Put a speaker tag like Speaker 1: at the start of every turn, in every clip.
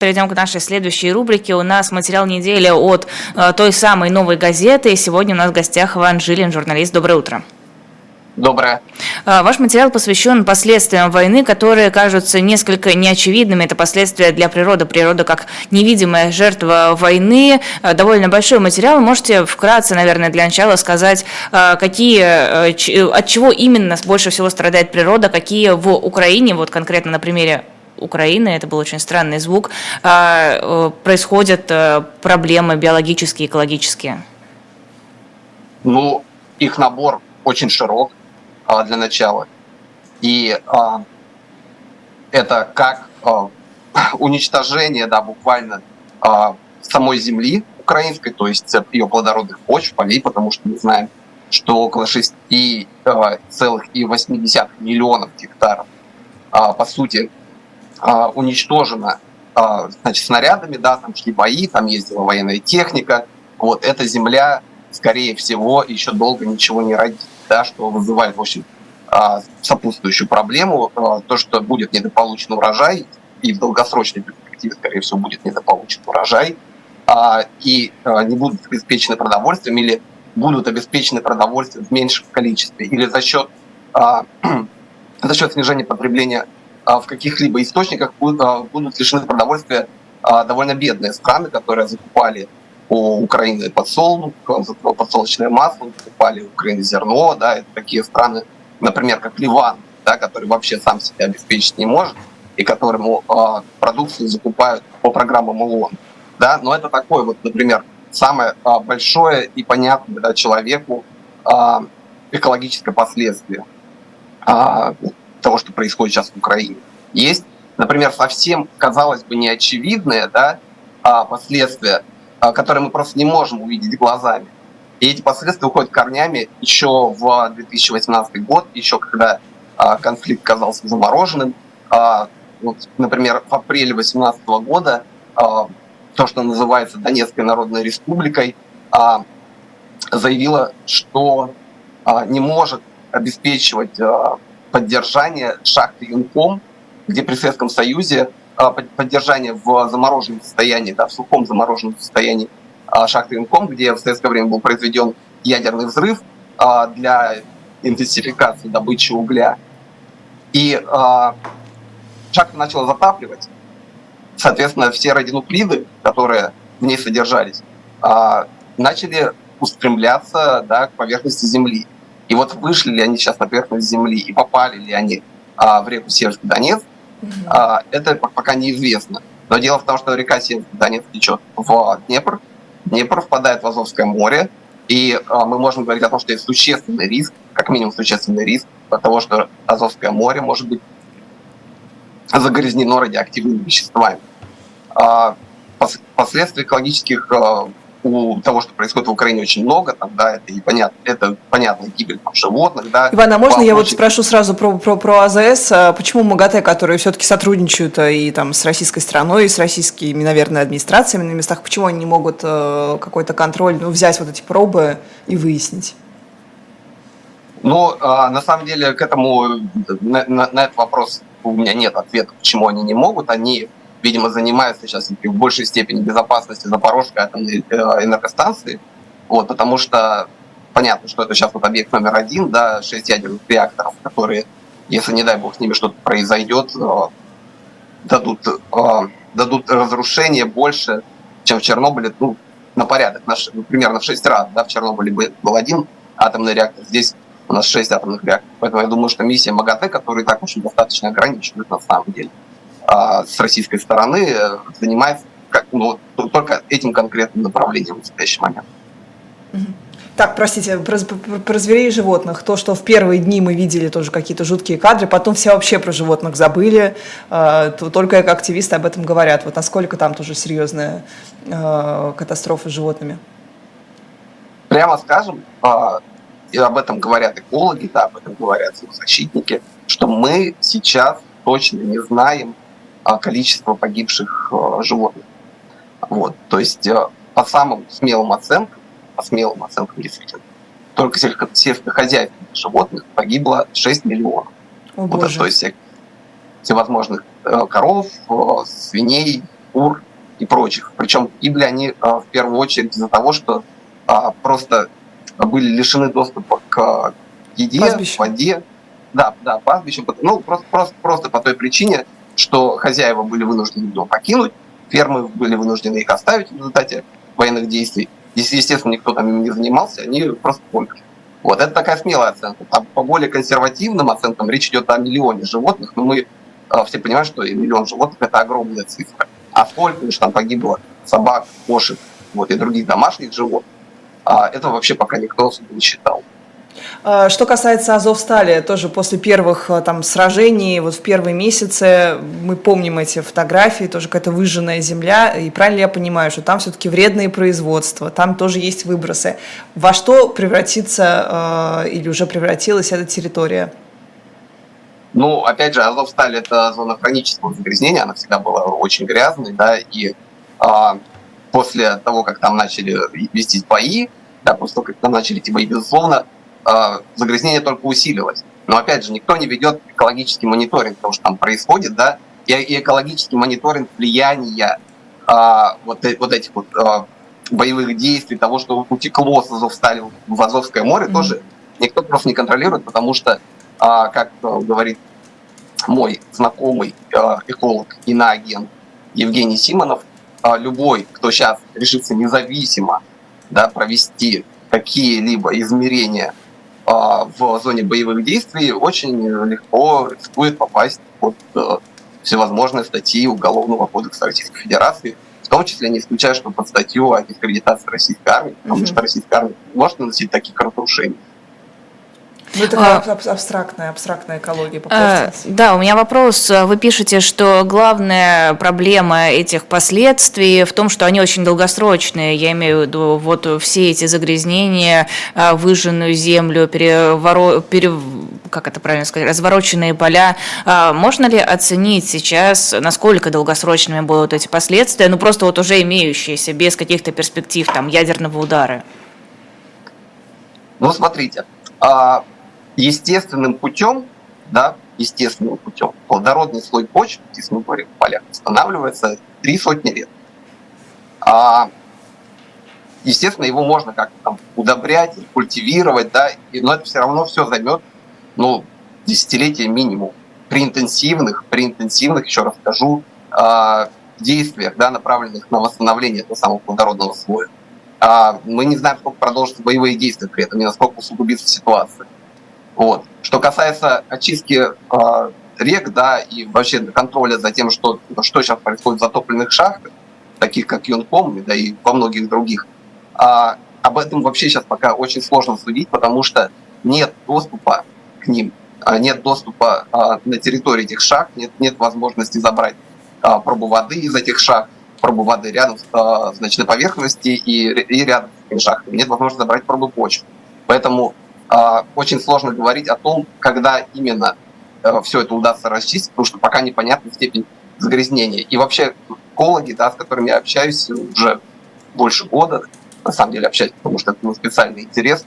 Speaker 1: Перейдем к нашей следующей рубрике. У нас материал недели от той самой «Новой газеты». Сегодня у нас в гостях Иван Жилин, журналист. Доброе утро.
Speaker 2: Доброе.
Speaker 1: Ваш материал посвящен последствиям войны, которые кажутся несколько неочевидными. Это последствия для природы. Природа как невидимая жертва войны. Довольно большой материал. Можете вкратце, наверное, для начала сказать, от чего именно больше всего страдает природа, какие в Украине, вот конкретно на примере Украины, это был очень странный звук, происходят проблемы биологические, экологические?
Speaker 2: Ну, их набор очень широк для начала. И это как уничтожение, да, буквально самой земли украинской, то есть ее плодородных почв, полей, потому что мы знаем, что около 6,8 миллионов гектаров, по сути, уничтожено, значит, снарядами, да, там шли бои, там ездила военная техника. Вот эта земля, скорее всего, еще долго ничего не родит, да, что вызывает, в общем, сопутствующую проблему, то, что будет недополучен урожай, и в долгосрочной перспективе, скорее всего, будет недополучен урожай, и не будут обеспечены продовольствием, или будут обеспечены продовольствием в меньшем количестве, или за счет снижения потребления в каких-либо источниках будут лишены продовольствия довольно бедные страны, которые закупали у Украины подсолнечное масло, закупали у Украины зерно, да, это такие страны, например, как Ливан, да, который вообще сам себя обеспечить не может, и которому продукцию закупают по программам ООН. Да, но это такое вот, например, самое большое и понятное, да, человеку экологическое последствие того, что происходит сейчас в Украине. Есть, например, совсем, казалось бы, неочевидные, да, последствия, которые мы просто не можем увидеть глазами. И эти последствия уходят корнями еще в 2018 год, еще когда конфликт казался замороженным. Вот, например, в апреле 2018 года то, что называется Донецкой Народной Республикой, заявила, что не может обеспечивать поддержание шахты Юнком, где при Советском Союзе поддержание в замороженном состоянии, да, в сухом замороженном состоянии шахты Юнком, где в советское время был произведен ядерный взрыв для интенсификации добычи угля. И шахта начала затапливать. Соответственно, все радионуклиды, которые в ней содержались, начали устремляться, да, к поверхности Земли. И вот вышли ли они сейчас на поверхность Земли и попали ли они в реку Северский Донец, это пока неизвестно. Но дело в том, что река Северский Донец течет в Днепр, Днепр впадает в Азовское море, и мы можем говорить о том, что есть существенный риск, как минимум существенный риск от того, что Азовское море может быть загрязнено радиоактивными веществами. Последствий экологических у того, что происходит в Украине, очень много, там, да, это понятная гибель там, животных, да.
Speaker 3: Иван, а можно я вот спрошу сразу про АЗС, почему МАГАТЭ, которые все-таки сотрудничают и там с российской стороной, и с российскими, наверное, администрациями на местах, почему они не могут какой-то контроль, взять вот эти пробы и выяснить?
Speaker 2: Ну, на самом деле, к этому, на этот вопрос у меня нет ответа, почему они не могут. Они, видимо, занимаются сейчас в большей степени безопасностью Запорожской атомной энергостанции, вот, потому что понятно, что это сейчас вот объект номер 1, да, 6 ядерных реакторов, которые, если, не дай бог, с ними что-то произойдет, дадут разрушение больше, чем в Чернобыле, на порядок, примерно в 6 раз, да, в Чернобыле был 1 атомный реактор, здесь у нас 6 атомных реакторов. Поэтому я думаю, что миссия МАГАТЭ, которая так очень достаточно ограничена на самом деле, с российской стороны, занимается только этим конкретным направлением в настоящий момент.
Speaker 3: Так, простите, про зверей и животных. То, что в первые дни мы видели тоже какие-то жуткие кадры, потом все вообще про животных забыли, только как активисты об этом говорят. Вот насколько там тоже серьезная катастрофа с животными?
Speaker 2: Прямо скажем, и об этом говорят экологи, да, об этом говорят зоозащитники, что мы сейчас точно не знаем количество погибших животных. Вот. То есть по самым смелым оценкам действительно, только сельскохозяйственных животных погибло 6 миллионов.
Speaker 3: О, вот,
Speaker 2: то есть всевозможных коров, свиней, кур и прочих. Причем гибли они в первую очередь из-за того, что просто были лишены доступа к еде,
Speaker 3: Пастбищу.
Speaker 2: воде, да, пастбищу, ну, просто по той причине, что хозяева были вынуждены дом покинуть, фермы были вынуждены их оставить в результате военных действий. Естественно, никто там им не занимался, они просто померли. Вот, это такая смелая оценка. А по более консервативным оценкам речь идет о миллионе животных, но мы все понимаем, что и миллион животных – это огромная цифра. А сколько же там погибло собак, кошек, вот, и других домашних животных, этого вообще пока никто особо не считал.
Speaker 3: Что касается Азовстали, тоже после первых там сражений, вот в первые месяцы мы помним эти фотографии, тоже какая-то выжженная земля, и правильно я понимаю, что там все-таки вредные производства, там тоже есть выбросы. Во что превратится или уже превратилась эта территория?
Speaker 2: Ну, опять же, Азовсталь – это зона хронического загрязнения, она всегда была очень грязной, да, и после того, как там начали вестись бои, да, после того, как там начали эти бои, безусловно, загрязнение только усилилось. Но, опять же, никто не ведет экологический мониторинг того, что там происходит, да, и экологический мониторинг влияния вот этих вот боевых действий, того, что утекло с Азовстали в Азовское море, тоже никто просто не контролирует, потому что, как говорит мой знакомый эколог, иноагент Евгений Симонов, любой, кто сейчас решится независимо, да, провести какие-либо измерения в зоне боевых действий, очень легко рискует попасть под всевозможные статьи Уголовного кодекса Российской Федерации, в том числе не исключая, что под статью о дискредитации российской армии, потому что российская армия может наносить такие разрушения.
Speaker 3: Ну, это абстрактная экология.
Speaker 1: Да, у меня вопрос. Вы пишете, что главная проблема этих последствий в том, что они очень долгосрочные. Я имею в виду вот все эти загрязнения, выжженную землю, как это правильно сказать, развороченные поля. Можно ли оценить сейчас, насколько долгосрочными будут эти последствия, ну просто вот уже имеющиеся, без каких-то перспектив там ядерного удара?
Speaker 2: Ну, смотрите, естественным путем плодородный слой почвы, здесь мы говорим в полях, восстанавливается 300 лет. Естественно, его можно как-то там удобрять, культивировать, да, но это все равно все займет, десятилетия минимум. При интенсивных, еще раз скажу, действиях, да, направленных на восстановление этого самого плодородного слоя. Мы не знаем, сколько продолжатся боевые действия при этом, и насколько усугубится ситуация. Вот. Что касается очистки рек, да, и вообще контроля за тем, что сейчас происходит в затопленных шахтах, таких как Юнком, да и во многих других, об этом вообще сейчас пока очень сложно судить, потому что нет доступа к ним, нет доступа на территории этих шахт, нет возможности забрать пробу воды из этих шахт, пробу воды рядом на поверхности и рядом с этими шахтами, нет возможности забрать пробу почвы. Поэтому очень сложно говорить о том, когда именно все это удастся расчистить, потому что пока непонятна степень загрязнения. И вообще экологи, да, с которыми я общаюсь уже больше года, на самом деле общаюсь, потому что это мой специальный интерес,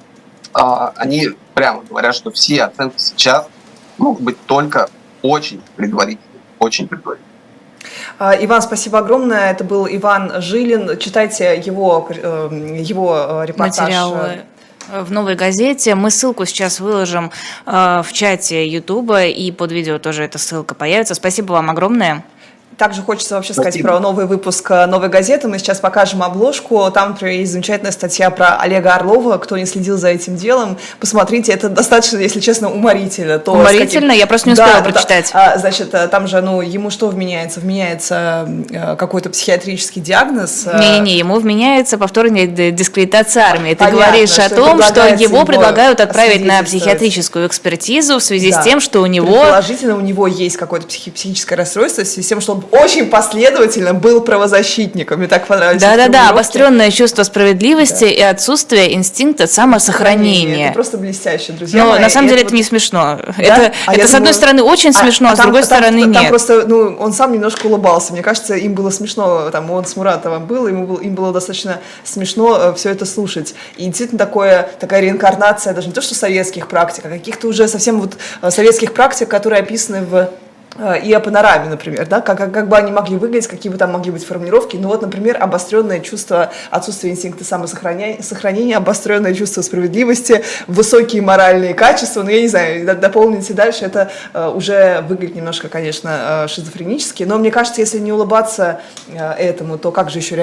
Speaker 2: они прямо говорят, что все оценки сейчас могут быть только очень предварительными, очень предварительными.
Speaker 3: Иван, спасибо огромное. Это был Иван Жилин. Читайте его репортаж.
Speaker 1: Материалы в «Новой газете». Мы ссылку сейчас выложим в чате Ютуба, и под видео тоже эта ссылка появится. Спасибо вам огромное.
Speaker 3: Также хочется вообще сказать про новый выпуск «Новой газеты». Мы сейчас покажем обложку. Там, например, есть замечательная статья про Олега Орлова. Кто не следил за этим делом, посмотрите. Это достаточно, если честно, уморительно.
Speaker 1: Уморительно? Я просто не успела прочитать.
Speaker 3: Значит, там же, ему что вменяется? Вменяется какой-то психиатрический диагноз.
Speaker 1: Не-не-не, ему вменяется повторная дискредитация армии. Ты говоришь о том, что его предлагают отправить на психиатрическую экспертизу в связи с тем, что у него...
Speaker 3: Предположительно, у него есть какое-то психическое расстройство в связи с тем, что он очень последовательно был правозащитником. Мне так понравилось.
Speaker 1: Да, обостренное чувство справедливости и отсутствие инстинкта самосохранения.
Speaker 3: Это просто блестяще, друзья.
Speaker 1: Но на самом деле это не смешно. Это с одной стороны очень смешно, а с другой стороны нет.
Speaker 3: Там просто, он сам немножко улыбался. Мне кажется, им было смешно. Там он с Муратовым был, им было достаточно смешно все это слушать. И действительно такая реинкарнация даже не то, что советских практик, а каких-то уже совсем советских практик, которые описаны и о панораме, например, да, как бы они могли выглядеть, какие бы там могли быть формулировки. Ну вот, например, обостренное чувство отсутствия инстинкта самосохранения, обостренное чувство справедливости, высокие моральные качества. Ну, я не знаю, дополните дальше, это уже выглядит немножко, конечно, шизофренически, но мне кажется, если не улыбаться этому, то как же еще